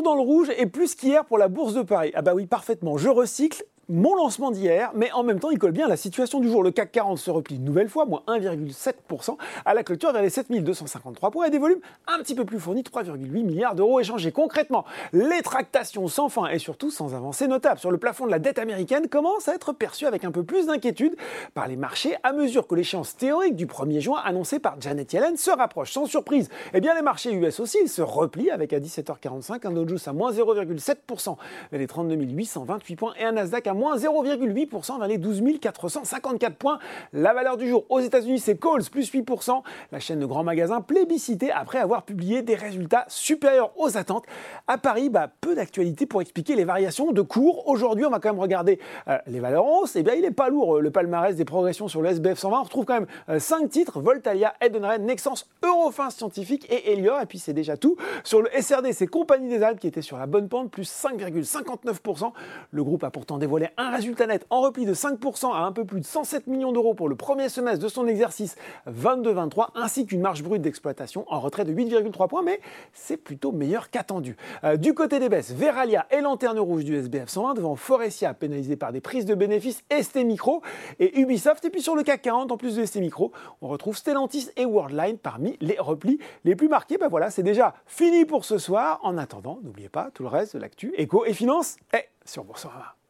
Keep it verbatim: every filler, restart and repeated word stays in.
dans le rouge et plus qu'hier pour la Bourse de Paris. Ah bah oui, parfaitement, je recycle mon lancement d'hier, mais en même temps, il colle bien à la situation du jour. Le C A C quarante se replie une nouvelle fois, moins un virgule sept pour cent, à la clôture vers les sept mille deux cent cinquante-trois points et des volumes un petit peu plus fournis, trois virgule huit milliards d'euros échangés. Concrètement, les tractations sans fin et surtout sans avancée notable sur le plafond de la dette américaine commencent à être perçues avec un peu plus d'inquiétude par les marchés à mesure que l'échéance théorique du premier juin annoncée par Janet Yellen se rapproche. Sans surprise, eh bien les marchés U S aussi, ils se replient avec à dix-sept heures quarante-cinq un Dow Jones à moins zéro virgule sept pour cent vers les trente-deux mille huit cent vingt-huit points et un Nasdaq à moins zéro virgule huit pour cent vers les douze mille quatre cent cinquante-quatre points. La valeur du jour aux États-Unis, c'est Kohl's, plus huit pour cent. La chaîne de grands magasins plébiscitée après avoir publié des résultats supérieurs aux attentes. À Paris, bah, peu d'actualité pour expliquer les variations de cours. Aujourd'hui, on va quand même regarder euh, les valeurs en hausse. Eh bien, il n'est pas lourd, le palmarès des progressions sur le S B F cent vingt. On retrouve quand même euh, cinq titres, Voltalia, Edenred, Nexans, Eurofins Scientifique et Elior. Et puis, c'est déjà tout. Sur le S R D, c'est Compagnie des Alpes qui était sur la bonne pente, plus cinq virgule cinquante-neuf pour cent. Le groupe a pourtant dévoilé un résultat net en repli de cinq pour cent à un peu plus de cent sept millions d'euros pour le premier semestre de son exercice vingt-deux vingt-trois, ainsi qu'une marge brute d'exploitation en retrait de huit virgule trois points, mais c'est plutôt meilleur qu'attendu. Euh, du côté des baisses, Veralia et lanterne rouge du S B F cent vingt devant Forestia, pénalisé par des prises de bénéfices, S T Micro et Ubisoft. Et puis sur le C A C quarante, en plus de S T Micro, on retrouve Stellantis et Worldline parmi les replis les plus marqués. Ben voilà, c'est déjà fini pour ce soir. En attendant, n'oubliez pas tout le reste de l'actu éco et finance est sur Boursorama.